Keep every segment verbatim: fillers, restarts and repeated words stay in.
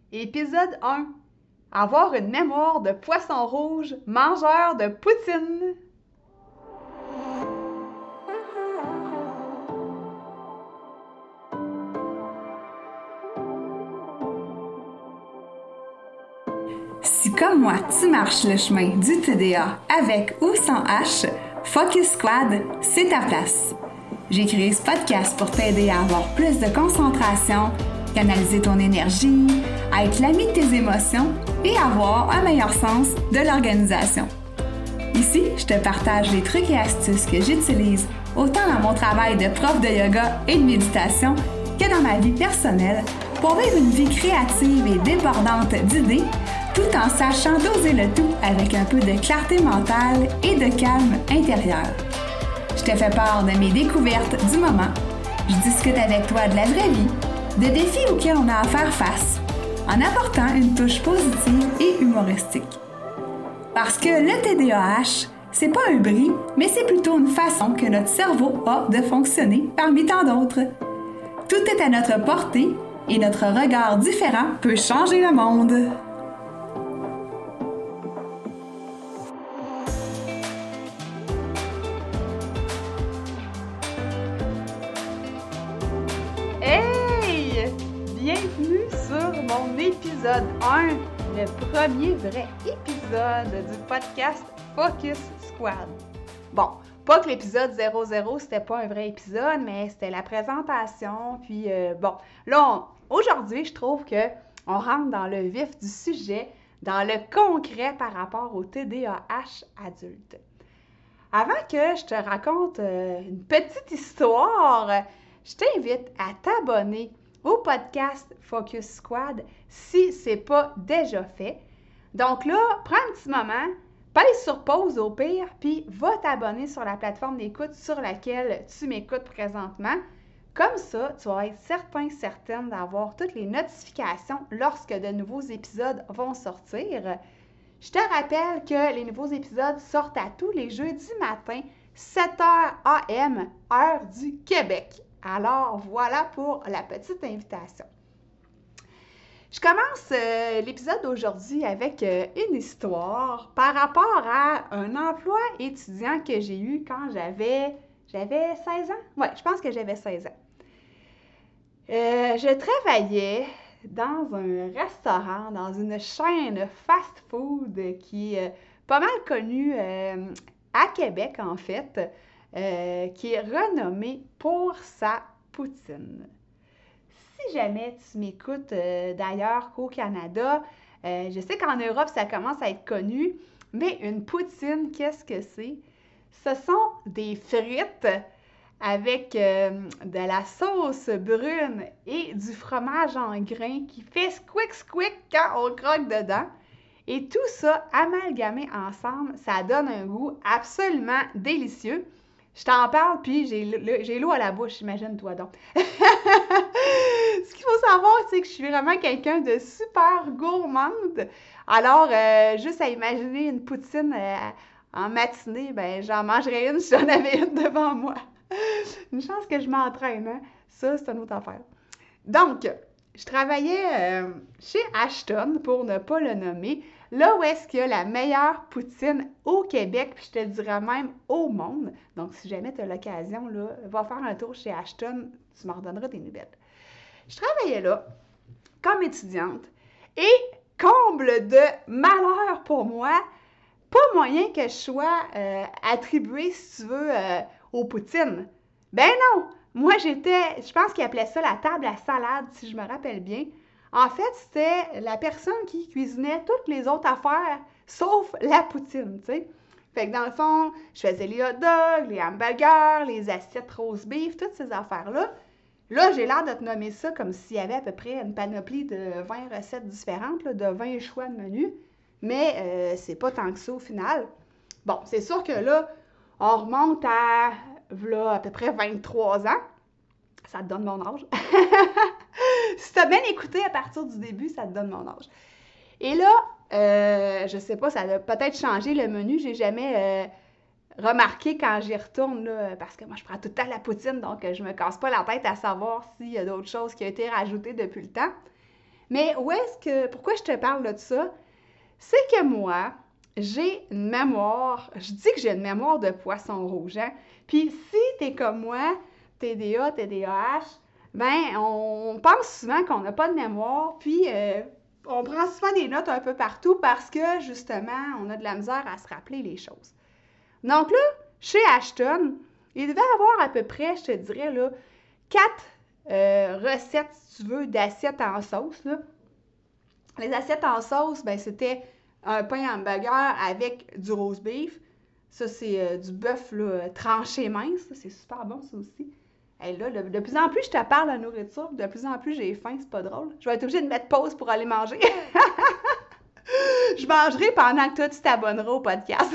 Épisode un. Avoir une mémoire de poisson rouge, mangeur de poutine. Si comme moi, tu marches le chemin du T D A avec ou sans H, Focus Squad, c'est ta place. J'ai créé ce podcast pour t'aider à avoir plus de concentration, canaliser ton énergie, être l'ami de tes émotions et avoir un meilleur sens de l'organisation. Ici, je te partage les trucs et astuces que j'utilise autant dans mon travail de prof de yoga et de méditation que dans ma vie personnelle pour vivre une vie créative et débordante d'idées tout en sachant doser le tout avec un peu de clarté mentale et de calme intérieur. Je te fais part de mes découvertes du moment. Je discute avec toi de la vraie vie, de défis auxquels on a à faire face, en apportant une touche positive et humoristique. Parce que le T D A H, c'est pas un bris, mais c'est plutôt une façon que notre cerveau a de fonctionner parmi tant d'autres. Tout est à notre portée et notre regard différent peut changer le monde. Hey! Bienvenue sur mon épisode un, le premier vrai épisode du podcast Focus Squad. Bon, pas que l'épisode zéro zéro, c'était pas un vrai épisode, mais c'était la présentation, puis euh, bon, là, on, aujourd'hui, je trouve que on rentre dans le vif du sujet, dans le concret par rapport au T D A H adulte. Avant que je te raconte euh, une petite histoire, je t'invite à t'abonner au podcast Focus Squad si c'est pas déjà fait. Donc là, prends un petit moment, pèse sur pause au pire, puis va t'abonner sur la plateforme d'écoute sur laquelle tu m'écoutes présentement. Comme ça, tu vas être certain, certaine d'avoir toutes les notifications lorsque de nouveaux épisodes vont sortir. Je te rappelle que les nouveaux épisodes sortent à tous les jeudis matins, sept heures A M, heure du Québec. Alors, voilà pour la petite invitation. Je commence euh, l'épisode d'aujourd'hui avec euh, une histoire par rapport à un emploi étudiant que j'ai eu quand j'avais, j'avais seize ans. Oui, je pense que j'avais seize ans. Euh, je travaillais dans un restaurant, dans une chaîne fast-food qui est pas mal connue euh, à Québec, en fait, euh, qui est renommée pour sa poutine. Si jamais tu m'écoutes euh, d'ailleurs qu'au Canada, euh, je sais qu'en Europe, ça commence à être connu, mais une poutine, qu'est-ce que c'est? Ce sont des frites avec euh, de la sauce brune et du fromage en grains qui fait squick squick quand on croque dedans. Et tout ça amalgamé ensemble, ça donne un goût absolument délicieux. Je t'en parle, puis j'ai, j'ai l'eau à la bouche, imagine-toi donc. Ce qu'il faut savoir, c'est que je suis vraiment quelqu'un de super gourmande. Alors, euh, juste à imaginer une poutine euh, en matinée, ben j'en mangerais une si j'en avais une devant moi. Une chance que je m'entraîne, hein? Ça, c'est une autre affaire. Donc, je travaillais euh, chez Ashton, pour ne pas le nommer, là où est-ce qu'il y a la meilleure poutine au Québec, puis je te dirais même au monde. Donc, si jamais tu as l'occasion, là, va faire un tour chez Ashton, tu m'en redonneras des nouvelles. Je travaillais là, comme étudiante, et comble de malheur pour moi, pas moyen que je sois euh, attribuée, si tu veux, euh, aux poutines. Ben non! Moi, j'étais, je pense qu'ils appelaient ça la table à salade, si je me rappelle bien. En fait, c'était la personne qui cuisinait toutes les autres affaires, sauf la poutine, tu sais. Fait que dans le fond, je faisais les hot dogs, les hamburgers, les assiettes roast beef, toutes ces affaires-là. Là, j'ai l'air de te nommer ça comme s'il y avait à peu près une panoplie de vingt recettes différentes, là, de vingt choix de menus. Mais euh, c'est pas tant que ça au final. Bon, c'est sûr que là, on remonte à, là, à peu près vingt-trois ans. Ça te donne mon âge. Si tu as bien écouté à partir du début, ça te donne mon âge. Et là, euh, je sais pas, ça a peut-être changé le menu. J'ai jamais euh, remarqué quand j'y retourne, là, parce que moi, je prends tout le temps la poutine, donc je me casse pas la tête à savoir s'il y a d'autres choses qui ont été rajoutées depuis le temps. Mais où est-ce que, pourquoi je te parle de ça? C'est que moi, j'ai une mémoire, je dis que j'ai une mémoire de poisson rouge, hein? Puis si t'es comme moi, T D A, T D A H, ben on pense souvent qu'on n'a pas de mémoire, puis euh, on prend souvent des notes un peu partout parce que, justement, on a de la misère à se rappeler les choses. Donc là, chez Ashton, il devait avoir à peu près, je te dirais, là, quatre euh, recettes, si tu veux, d'assiettes en sauce, là. Les assiettes en sauce, ben c'était un pain hamburger avec du roast beef. Ça, c'est euh, du bœuf là, tranché mince. C'est super bon, ça aussi. Et là, de, de plus en plus, je te parle de nourriture. De plus en plus, j'ai faim. C'est pas drôle. Je vais être obligée de mettre pause pour aller manger. Je mangerai pendant que toi, tu t'abonneras au podcast.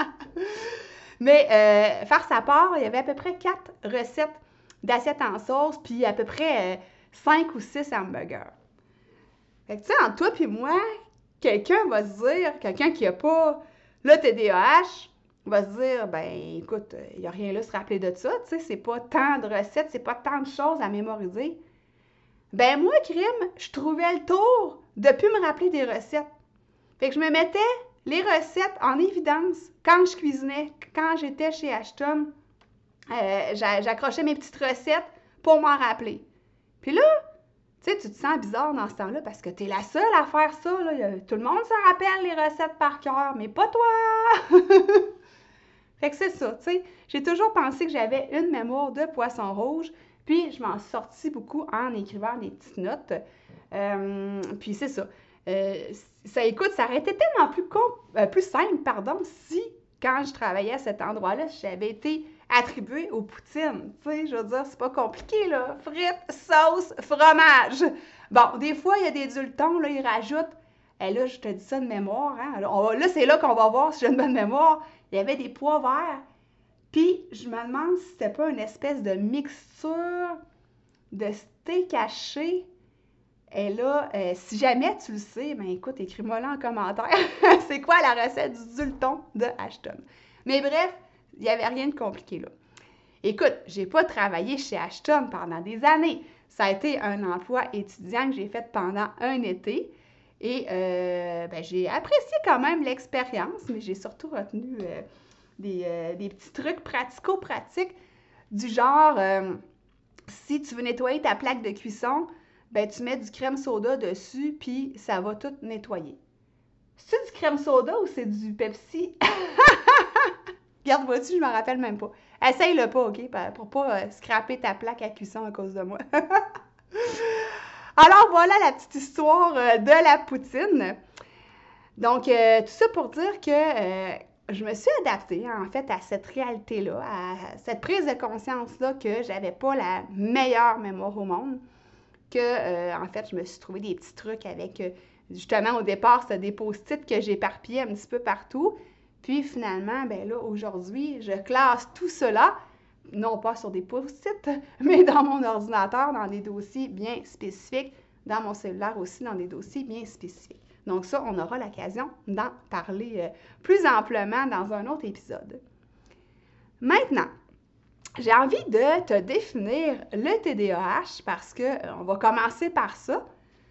Mais, euh, farce à part, il y avait à peu près quatre recettes d'assiettes en sauce, puis à peu près euh, cinq ou six hamburgers. Fait que, tu sais, entre toi et moi, quelqu'un va se dire, quelqu'un qui n'a pas le T D A H, va se dire, ben écoute, il n'y a rien là à se rappeler de ça, tu sais, c'est pas tant de recettes, c'est pas tant de choses à mémoriser. Ben moi, crime, je trouvais le tour de plus me rappeler des recettes. Fait que je me mettais les recettes en évidence quand je cuisinais, quand j'étais chez Ashton. Euh, j'accrochais mes petites recettes pour m'en rappeler. Puis là, tu sais, tu te sens bizarre dans ce temps-là parce que tu es la seule à faire ça. Là. Tout le monde se rappelle les recettes par cœur, mais pas toi! Fait que c'est ça, tu sais. J'ai toujours pensé que j'avais une mémoire de poisson rouge, puis je m'en suis sortie beaucoup en écrivant des petites notes. Euh, puis c'est ça. Euh, ça, écoute, ça aurait été tellement plus, euh, plus simple, pardon, si, quand je travaillais à cet endroit-là, j'avais été attribuée aux poutines. Tu sais, je veux dire, c'est pas compliqué, là. Frites, sauce, fromage. Bon, des fois, il y a des dultons, là, ils rajoutent. Et là, je te dis ça de mémoire, hein. Là, là c'est là qu'on va voir si j'ai une bonne mémoire. Il y avait des pois verts. Puis, je me demande si c'était pas une espèce de mixture de steak haché. Et là, euh, si jamais tu le sais, ben écoute, écris-moi là en commentaire. C'est quoi la recette du dulton de Ashton? Mais bref, il n'y avait rien de compliqué là. Écoute, j'ai pas travaillé chez Ashton pendant des années. Ça a été un emploi étudiant que j'ai fait pendant un été. Et euh, ben, j'ai apprécié quand même l'expérience, mais j'ai surtout retenu euh, des, euh, des petits trucs pratico-pratiques du genre, euh, si tu veux nettoyer ta plaque de cuisson, ben tu mets du crème soda dessus, puis ça va tout nettoyer. C'est du crème soda ou c'est du Pepsi? Regarde, vois-tu, je m'en rappelle même pas. Essaye-le pas, OK? Pour pas euh, scraper ta plaque à cuisson à cause de moi. Alors, voilà la petite histoire euh, de la poutine. Donc, euh, tout ça pour dire que euh, je me suis adaptée, en fait, à cette réalité-là, à cette prise de conscience-là que j'avais pas la meilleure mémoire au monde. Que, euh, en fait, je me suis trouvé des petits trucs avec, euh, justement, au départ, c'était des post-it que j'éparpillais un petit peu partout. Puis, finalement, ben là, aujourd'hui, je classe tout cela, non pas sur des post-it, mais dans mon ordinateur, dans des dossiers bien spécifiques, dans mon cellulaire aussi, dans des dossiers bien spécifiques. Donc ça, on aura l'occasion d'en parler euh, plus amplement dans un autre épisode. Maintenant, j'ai envie de te définir le T D A H parce qu'on euh, va commencer par ça.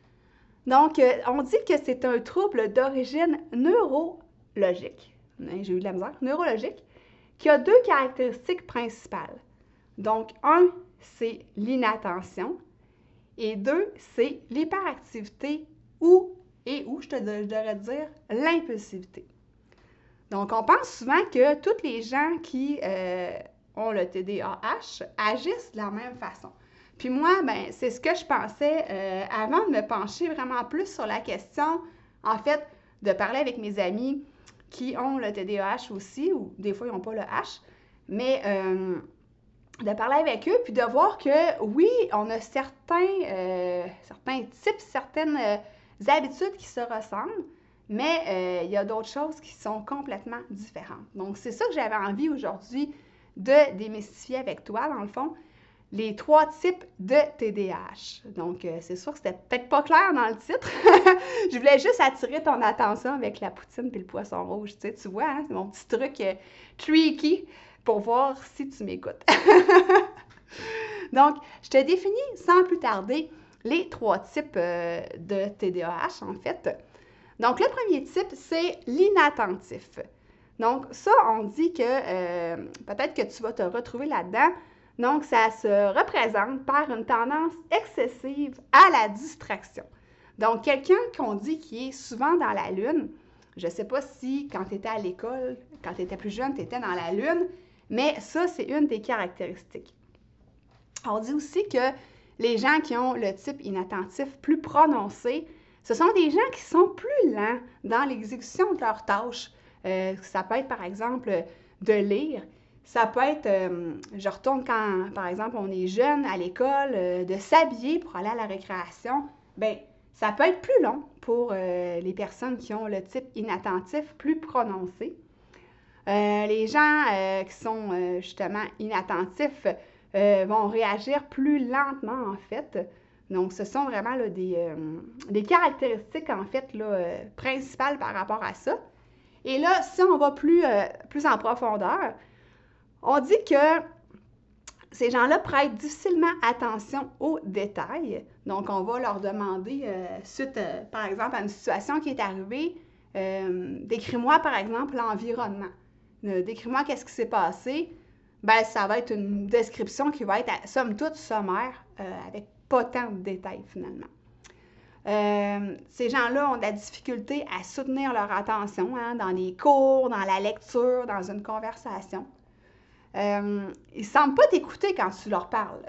Donc, euh, on dit que c'est un trouble d'origine neurologique. Hein, j'ai eu de la misère. Neurologique, qui a deux caractéristiques principales. Donc, un, c'est l'inattention et deux, c'est l'hyperactivité ou, et ou, je te je devrais dire, l'impulsivité. Donc, on pense souvent que tous les gens qui euh, ont le T D A H agissent de la même façon. Puis moi, ben, c'est ce que je pensais euh, avant de me pencher vraiment plus sur la question, en fait, de parler avec mes amis qui ont le T D A H aussi, ou des fois, ils n'ont pas le H, mais euh, de parler avec eux, puis de voir que, oui, on a certains, euh, certains types, certaines euh, habitudes qui se ressemblent, mais euh, il y a d'autres choses qui sont complètement différentes. Donc, c'est ça que j'avais envie aujourd'hui de démystifier avec toi, dans le fond, les trois types de T D A H. Donc, euh, c'est sûr que c'était peut-être pas clair dans le titre. Je voulais juste attirer ton attention avec la poutine et le poisson rouge. Tu sais, tu vois, hein, c'est mon petit truc euh, tricky pour voir si tu m'écoutes. Donc, je te définis sans plus tarder les trois types euh, de T D A H, en fait. Donc, le premier type, c'est l'inattentif. Donc, ça, on dit que euh, peut-être que tu vas te retrouver là-dedans. Donc, ça se représente par une tendance excessive à la distraction. Donc, quelqu'un qu'on dit qui est souvent dans la lune, je ne sais pas si quand tu étais à l'école, quand tu étais plus jeune, tu étais dans la lune, mais ça, c'est une des caractéristiques. On dit aussi que les gens qui ont le type inattentif plus prononcé, ce sont des gens qui sont plus lents dans l'exécution de leurs tâches. Euh, ça peut être, par exemple, de lire. Ça peut être, euh, je retourne quand, par exemple, on est jeune à l'école, euh, de s'habiller pour aller à la récréation. Bien, ça peut être plus long pour euh, les personnes qui ont le type inattentif plus prononcé. Euh, les gens euh, qui sont euh, justement inattentifs euh, vont réagir plus lentement, en fait. Donc, ce sont vraiment là, des, euh, des caractéristiques, en fait, là, euh, principales par rapport à ça. Et là, si on va plus, euh, plus en profondeur, on dit que ces gens-là prêtent difficilement attention aux détails. Donc, on va leur demander, euh, suite, euh, par exemple, à une situation qui est arrivée, euh, décris-moi, par exemple, l'environnement. Euh, décris-moi qu'est-ce qui s'est passé. Bien, ça va être une description qui va être, somme toute, sommaire, euh, avec pas tant de détails, finalement. Euh, ces gens-là ont de la difficulté à soutenir leur attention hein, dans les cours, dans la lecture, dans une conversation. Euh, ils ne semblent pas t'écouter quand tu leur parles.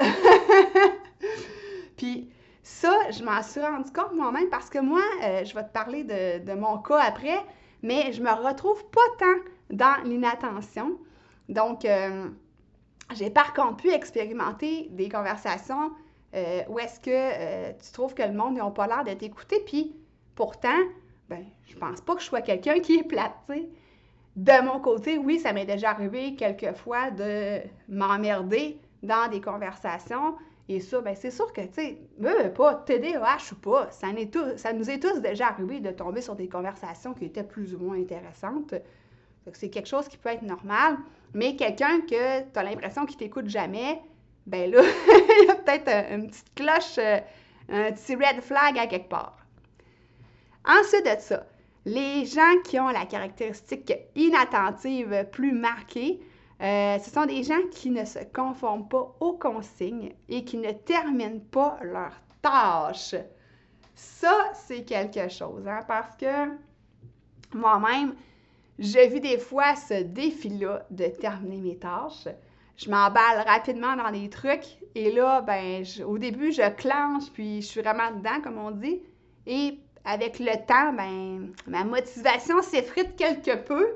Puis ça, je m'en suis rendu compte moi-même parce que moi, euh, je vais te parler de, de mon cas après, mais je me retrouve pas tant dans l'inattention. Donc, euh, j'ai par contre pu expérimenter des conversations euh, où est-ce que euh, tu trouves que le monde n'a pas l'air de t'écouter, puis pourtant, ben, je pense pas que je sois quelqu'un qui est plate, tu sais. De mon côté, oui, ça m'est déjà arrivé quelquefois de m'emmerder dans des conversations. Et ça, bien, c'est sûr que, tu sais, même pas T D A H ou pas, ça, n'est tout, ça nous est tous déjà arrivé de tomber sur des conversations qui étaient plus ou moins intéressantes. Donc, c'est quelque chose qui peut être normal. Mais quelqu'un que tu as l'impression qu'il t'écoute jamais, ben là, il y a peut-être une petite cloche, un petit red flag à quelque part. Ensuite de ça, les gens qui ont la caractéristique inattentive plus marquée, euh, ce sont des gens qui ne se conforment pas aux consignes et qui ne terminent pas leurs tâches. Ça, c'est quelque chose, hein, parce que moi-même, j'ai vu des fois ce défi-là de terminer mes tâches. Je m'emballe rapidement dans des trucs et là, ben, je, au début, je clenche puis je suis vraiment dedans, comme on dit. Et avec le temps, ben, ma motivation s'effrite quelque peu.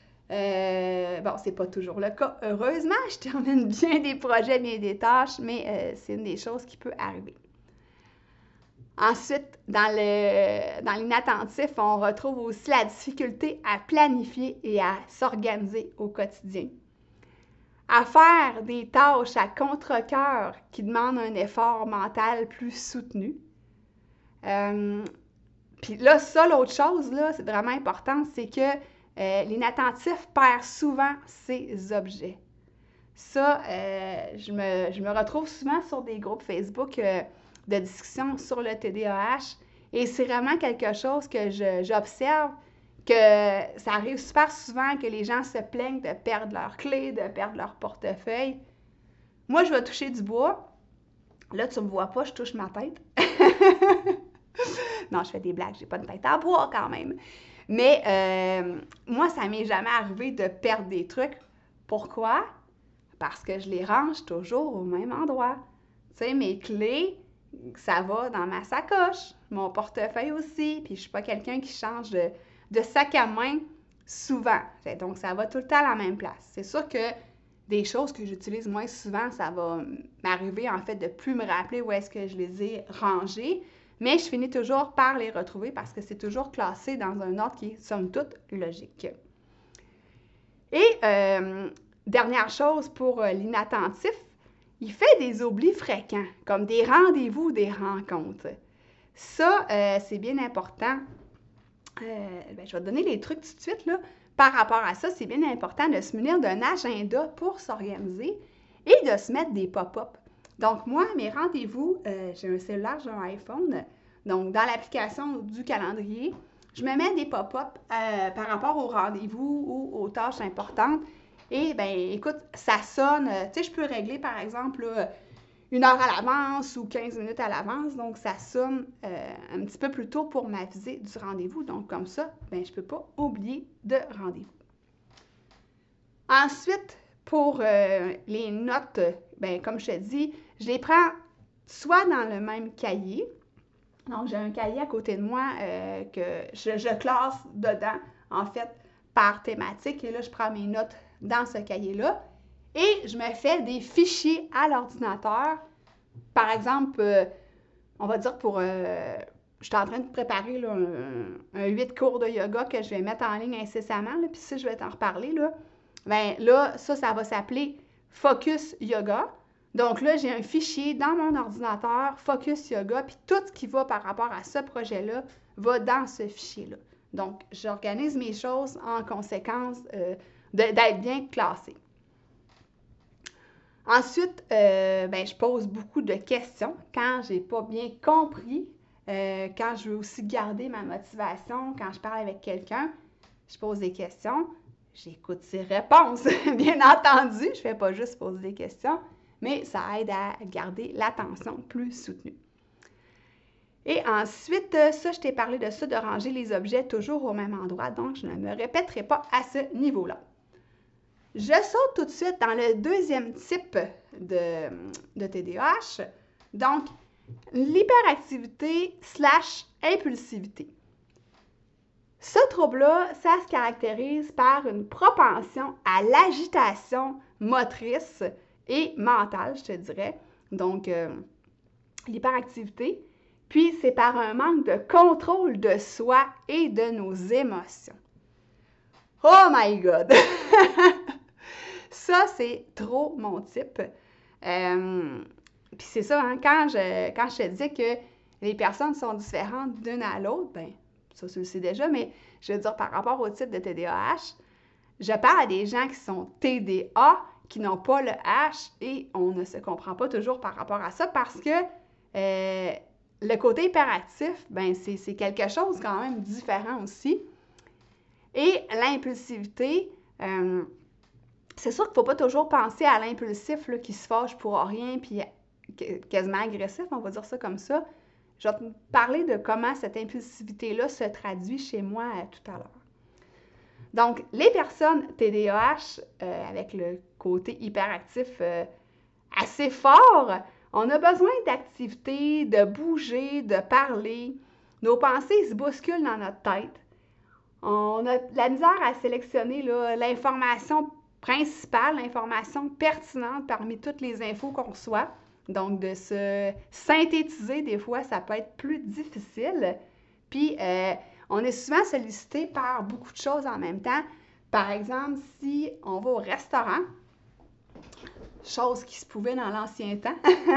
Euh, bon, c'est pas toujours le cas. Heureusement, je termine bien des projets, bien des tâches, mais euh, c'est une des choses qui peut arriver. Ensuite, dans, le, dans l'inattentif, on retrouve aussi la difficulté à planifier et à s'organiser au quotidien. À faire des tâches à contre-cœur qui demandent un effort mental plus soutenu. Euh, Puis là, ça, l'autre chose, là, c'est vraiment important, c'est que euh, l'inattentif perd souvent ses objets. Ça, euh, je, me, je me retrouve souvent sur des groupes Facebook euh, de discussion sur le T D A H et c'est vraiment quelque chose que je, j'observe, que ça arrive super souvent que les gens se plaignent de perdre leurs clés, de perdre leur portefeuille. Moi, je vais toucher du bois. Là, tu ne me vois pas, je touche ma tête. Non, je fais des blagues, j'ai pas de tête en bois quand même. Mais euh, moi, ça m'est jamais arrivé de perdre des trucs. Pourquoi? Parce que je les range toujours au même endroit. Tu sais, mes clés, ça va dans ma sacoche, mon portefeuille aussi, puis je suis pas quelqu'un qui change de, de sac à main souvent. Donc, ça va tout le temps à la même place. C'est sûr que des choses que j'utilise moins souvent, ça va m'arriver en fait de plus me rappeler où est-ce que je les ai rangées. Mais je finis toujours par les retrouver parce que c'est toujours classé dans un ordre qui est, somme toute, logique. Et euh, dernière chose pour euh, l'inattentif, il fait des oublis fréquents, comme des rendez-vous ou des rencontres. Ça, euh, c'est bien important. Euh, ben, je vais te donner les trucs tout de suite, là. Par rapport à ça, c'est bien important de se munir d'un agenda pour s'organiser et de se mettre des pop-up. Donc, moi, mes rendez-vous, euh, j'ai un cellulaire, j'ai un iPhone. Donc, dans l'application du calendrier, je me mets des pop-up euh, par rapport aux rendez-vous ou aux tâches importantes. Et, bien, écoute, ça sonne. Euh, tu sais, je peux régler, par exemple, là, une heure à l'avance ou quinze minutes à l'avance. Donc, ça sonne euh, un petit peu plus tôt pour m'aviser du rendez-vous. Donc, comme ça, bien, je ne peux pas oublier de rendez-vous. Ensuite, pour euh, les notes, bien, comme je te dis, je les prends soit dans le même cahier. Donc, j'ai un cahier à côté de moi euh, que je, je classe dedans, en fait, par thématique. Et là, je prends mes notes dans ce cahier-là. Et je me fais des fichiers à l'ordinateur. Par exemple, euh, on va dire pour... Euh, je suis en train de préparer là, un, un huit cours de yoga que je vais mettre en ligne incessamment. Là, puis ça, je vais t'en reparler. Là. Bien, là, ça, ça va s'appeler Focus Yoga. Donc là, j'ai un fichier dans mon ordinateur, Focus Yoga, puis tout ce qui va par rapport à ce projet-là va dans ce fichier-là. Donc, j'organise mes choses en conséquence euh, de, d'être bien classée. Ensuite, euh, ben, je pose beaucoup de questions quand je n'ai pas bien compris, euh, quand je veux aussi garder ma motivation, quand je parle avec quelqu'un, je pose des questions, j'écoute ses réponses, bien entendu, je ne fais pas juste poser des questions, mais ça aide à garder l'attention plus soutenue. Et ensuite, ça, je t'ai parlé de ça, de ranger les objets toujours au même endroit, donc je ne me répéterai pas à ce niveau-là. Je saute tout de suite dans le deuxième type de, de T D A H, donc l'hyperactivité slash impulsivité. Ce trouble-là, ça se caractérise par une propension à l'agitation motrice et mentale, je te dirais, donc euh, l'hyperactivité, puis c'est par un manque de contrôle de soi et de nos émotions. Oh my God! Ça, c'est trop mon type. Euh, puis c'est ça, hein, quand, je, quand je te dis que les personnes sont différentes d'une à l'autre, bien, ça, tu le sais déjà, mais je veux dire, par rapport au type de T D A H, je parle à des gens qui sont T D A, qui n'ont pas le H, et on ne se comprend pas toujours par rapport à ça parce que euh, le côté hyperactif, ben c'est, c'est quelque chose quand même différent aussi. Et l'impulsivité, euh, c'est sûr qu'il ne faut pas toujours penser à l'impulsif là, qui se fâche pour rien, puis quasiment agressif, on va dire ça comme ça. Je vais te parler de comment cette impulsivité-là se traduit chez moi euh, tout à l'heure. Donc, les personnes T D A H, euh, avec le côté hyperactif euh, assez fort, on a besoin d'activité, de bouger, de parler. Nos pensées se bousculent dans notre tête. On a de la misère à sélectionner là, l'information principale, l'information pertinente parmi toutes les infos qu'on reçoit. Donc, de se synthétiser, des fois, ça peut être plus difficile. Puis, euh, on est souvent sollicité par beaucoup de choses en même temps. Par exemple, si on va au restaurant, chose qui se pouvait dans l'ancien temps,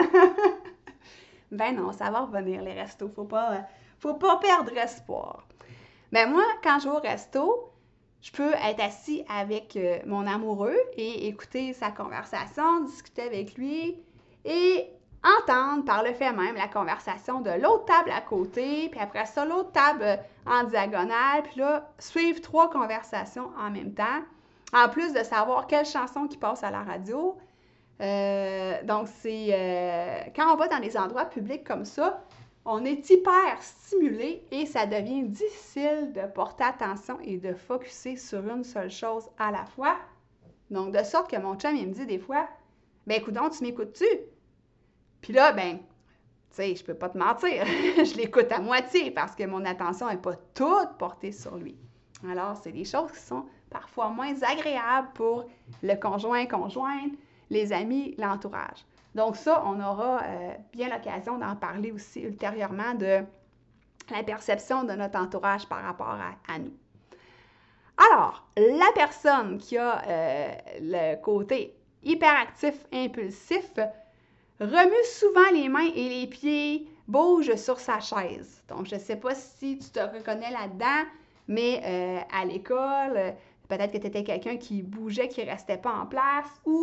ben non, ça va revenir, les restos. Faut pas, faut pas perdre espoir. Ben moi, quand je vais au resto, je peux être assis avec euh, mon amoureux et écouter sa conversation, discuter avec lui et entendre par le fait même la conversation de l'autre table à côté, puis après ça, l'autre table en diagonale, puis là, suivre trois conversations en même temps, en plus de savoir quelle chanson qui passe à la radio. Euh, donc, c'est euh, quand on va dans des endroits publics comme ça, on est hyper stimulé et ça devient difficile de porter attention et de focusser sur une seule chose à la fois. Donc, de sorte que mon chum, il me dit des fois, « Ben, écoute donc, tu m'écoutes-tu? » Puis là, ben, tu sais, je peux pas te mentir, je l'écoute à moitié parce que mon attention n'est pas toute portée sur lui. Alors, c'est des choses qui sont parfois moins agréables pour le conjoint, conjointe, les amis, l'entourage. Donc ça, on aura euh, bien l'occasion d'en parler aussi ultérieurement de la perception de notre entourage par rapport à, à nous. Alors, la personne qui a euh, le côté hyperactif, impulsif, remue souvent les mains et les pieds, bouge sur sa chaise. Donc, je ne sais pas si tu te reconnais là-dedans, mais euh, à l'école, peut-être que tu étais quelqu'un qui bougeait, qui ne restait pas en place, ou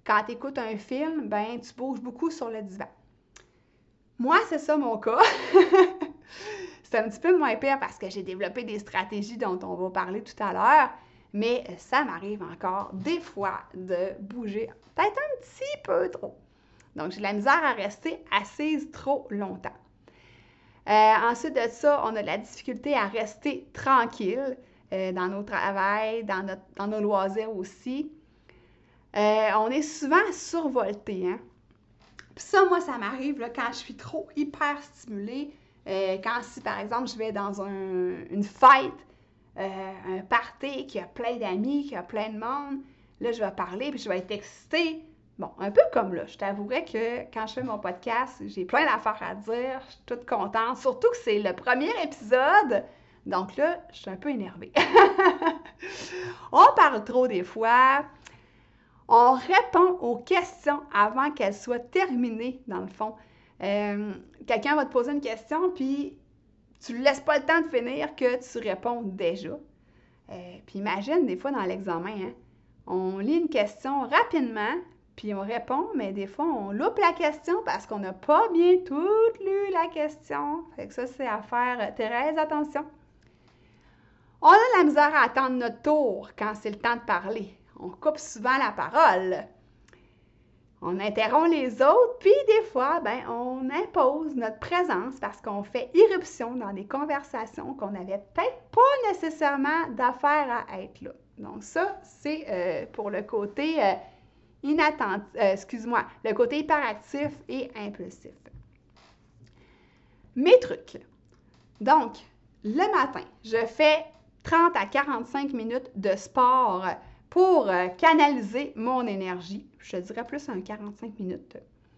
quand tu écoutes un film, ben tu bouges beaucoup sur le divan. Moi, c'est ça mon cas. C'est un petit peu moins pire parce que j'ai développé des stratégies dont on va parler tout à l'heure, mais ça m'arrive encore des fois de bouger peut-être un petit peu trop. Donc, j'ai de la misère à rester assise trop longtemps. Euh, ensuite de ça, on a de la difficulté à rester tranquille euh, dans nos travails, dans, notre, dans nos loisirs aussi. Euh, on est souvent survolté, hein? Puis ça, moi, ça m'arrive là, quand je suis trop hyper stimulée. Euh, quand, si par exemple, je vais dans un, une fête, euh, un party qui a plein d'amis, qui a plein de monde, là, je vais parler puis je vais être excitée. Bon, un peu comme là, je t'avouerais que quand je fais mon podcast, j'ai plein d'affaires à dire, je suis toute contente, surtout que c'est le premier épisode. Donc là, je suis un peu énervée. On parle trop des fois. On répond aux questions avant qu'elles soient terminées, dans le fond. Euh, quelqu'un va te poser une question, puis tu ne laisses pas le temps de finir que tu réponds déjà. Euh, puis imagine, des fois dans l'examen, hein, on lit une question rapidement, puis on répond, mais des fois, on loupe la question parce qu'on n'a pas bien tout lu la question. Fait que ça, c'est à faire très attention. On a la misère à attendre notre tour quand c'est le temps de parler. On coupe souvent la parole. On interrompt les autres, puis des fois, ben, on impose notre présence parce qu'on fait irruption dans des conversations qu'on n'avait peut-être pas nécessairement d'affaires à être là. Donc ça, c'est euh, pour le côté euh, inattentif, euh, excuse-moi, le côté hyperactif et impulsif. Mes trucs. Donc, le matin, je fais trente à quarante-cinq minutes de sport pour euh, canaliser mon énergie. Je te dirais plus un quarante-cinq minutes.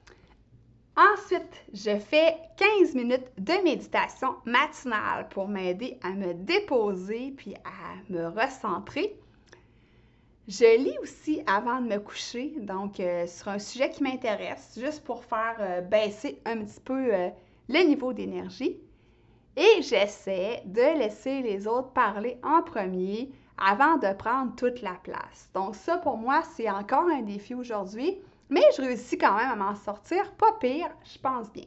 Ensuite, je fais quinze minutes de méditation matinale pour m'aider à me déposer puis à me recentrer. Je lis aussi avant de me coucher, donc euh, sur un sujet qui m'intéresse, juste pour faire euh, baisser un petit peu euh, le niveau d'énergie. Et j'essaie de laisser les autres parler en premier avant de prendre toute la place. Donc ça, pour moi, c'est encore un défi aujourd'hui, mais je réussis quand même à m'en sortir, pas pire, je pense bien.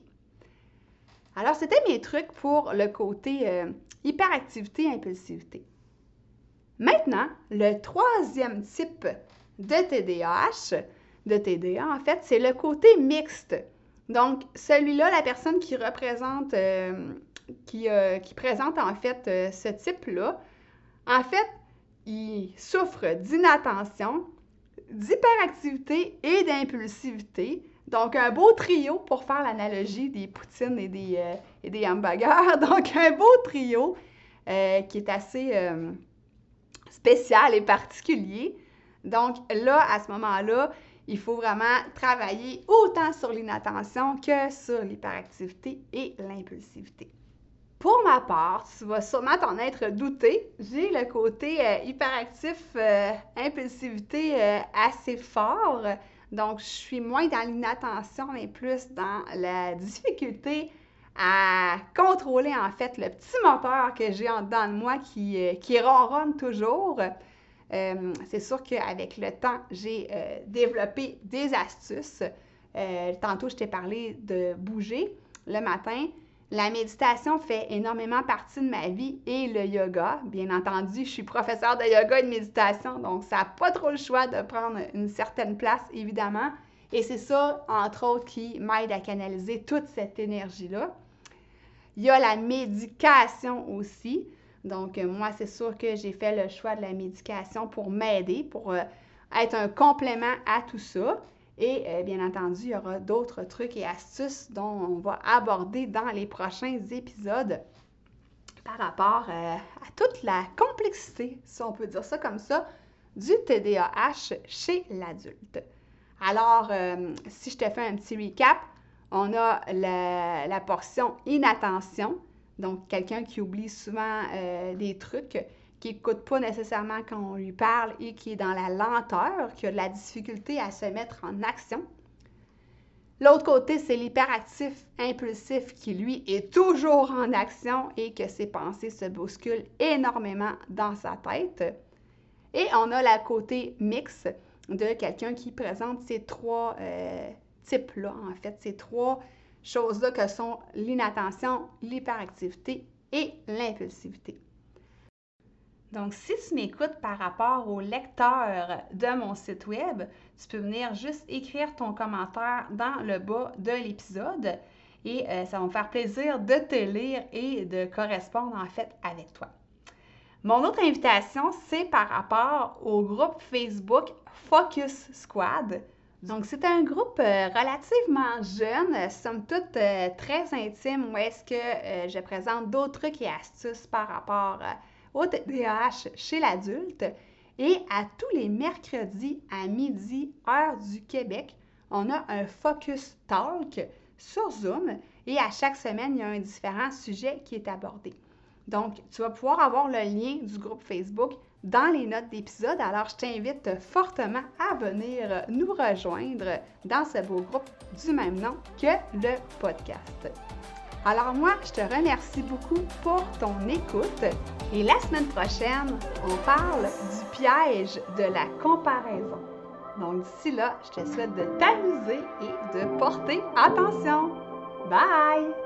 Alors, c'était mes trucs pour le côté euh, hyperactivité, impulsivité. Maintenant, le troisième type de T D A H, de T D A en fait, c'est le côté mixte. Donc, celui-là, la personne qui représente, euh, qui, euh, qui présente en fait euh, ce type-là, en fait, il souffre d'inattention, d'hyperactivité et d'impulsivité. Donc, un beau trio pour faire l'analogie des poutines et des, euh, et des hamburgers. Donc, un beau trio euh, qui est assez euh, spécial et particulier. Donc, là, à ce moment-là, il faut vraiment travailler autant sur l'inattention que sur l'hyperactivité et l'impulsivité. Pour ma part, tu vas sûrement t'en être douté, j'ai le côté euh, hyperactif, euh, impulsivité euh, assez fort. Donc, je suis moins dans l'inattention, mais plus dans la difficulté à contrôler en fait le petit moteur que j'ai en dedans de moi qui, euh, qui ronronne toujours. Euh, c'est sûr qu'avec le temps, j'ai euh, développé des astuces. Euh, tantôt, je t'ai parlé de bouger le matin. La méditation fait énormément partie de ma vie et le yoga. Bien entendu, je suis professeure de yoga et de méditation, donc ça n'a pas trop le choix de prendre une certaine place, évidemment. Et c'est ça, entre autres, qui m'aide à canaliser toute cette énergie-là. Il y a la médication aussi. Donc, euh, moi, c'est sûr que j'ai fait le choix de la médication pour m'aider, pour euh, être un complément à tout ça. Et euh, bien entendu, il y aura d'autres trucs et astuces dont on va aborder dans les prochains épisodes par rapport euh, à toute la complexité, si on peut dire ça comme ça, du T D A H chez l'adulte. Alors, euh, si je te fais un petit recap, on a la, la portion inattention, donc quelqu'un qui oublie souvent euh, des trucs, qui n'écoute pas nécessairement quand on lui parle et qui est dans la lenteur, qui a de la difficulté à se mettre en action. L'autre côté, c'est l'hyperactif impulsif qui, lui, est toujours en action et que ses pensées se bousculent énormément dans sa tête. Et on a le côté mix, de quelqu'un qui présente ces trois euh, types-là, en fait, ces trois choses-là que sont l'inattention, l'hyperactivité et l'impulsivité. Donc, si tu m'écoutes par rapport au lecteur de mon site web, tu peux venir juste écrire ton commentaire dans le bas de l'épisode et euh, ça va me faire plaisir de te lire et de correspondre en fait avec toi. Mon autre invitation, c'est par rapport au groupe Facebook Focus Squad. Donc, c'est un groupe euh, relativement jeune, somme toute euh, très intime, où est-ce que euh, je présente d'autres trucs et astuces par rapport euh, au T D A H chez l'adulte. Et à tous les mercredis à midi, heure du Québec, on a un Focus Talk sur Zoom et à chaque semaine, il y a un différent sujet qui est abordé. Donc, tu vas pouvoir avoir le lien du groupe Facebook dans les notes d'épisode. Alors, je t'invite fortement à venir nous rejoindre dans ce beau groupe du même nom que le podcast. Alors moi, je te remercie beaucoup pour ton écoute et la semaine prochaine, on parle du piège de la comparaison. Donc d'ici là, je te souhaite de t'amuser et de porter attention. Bye!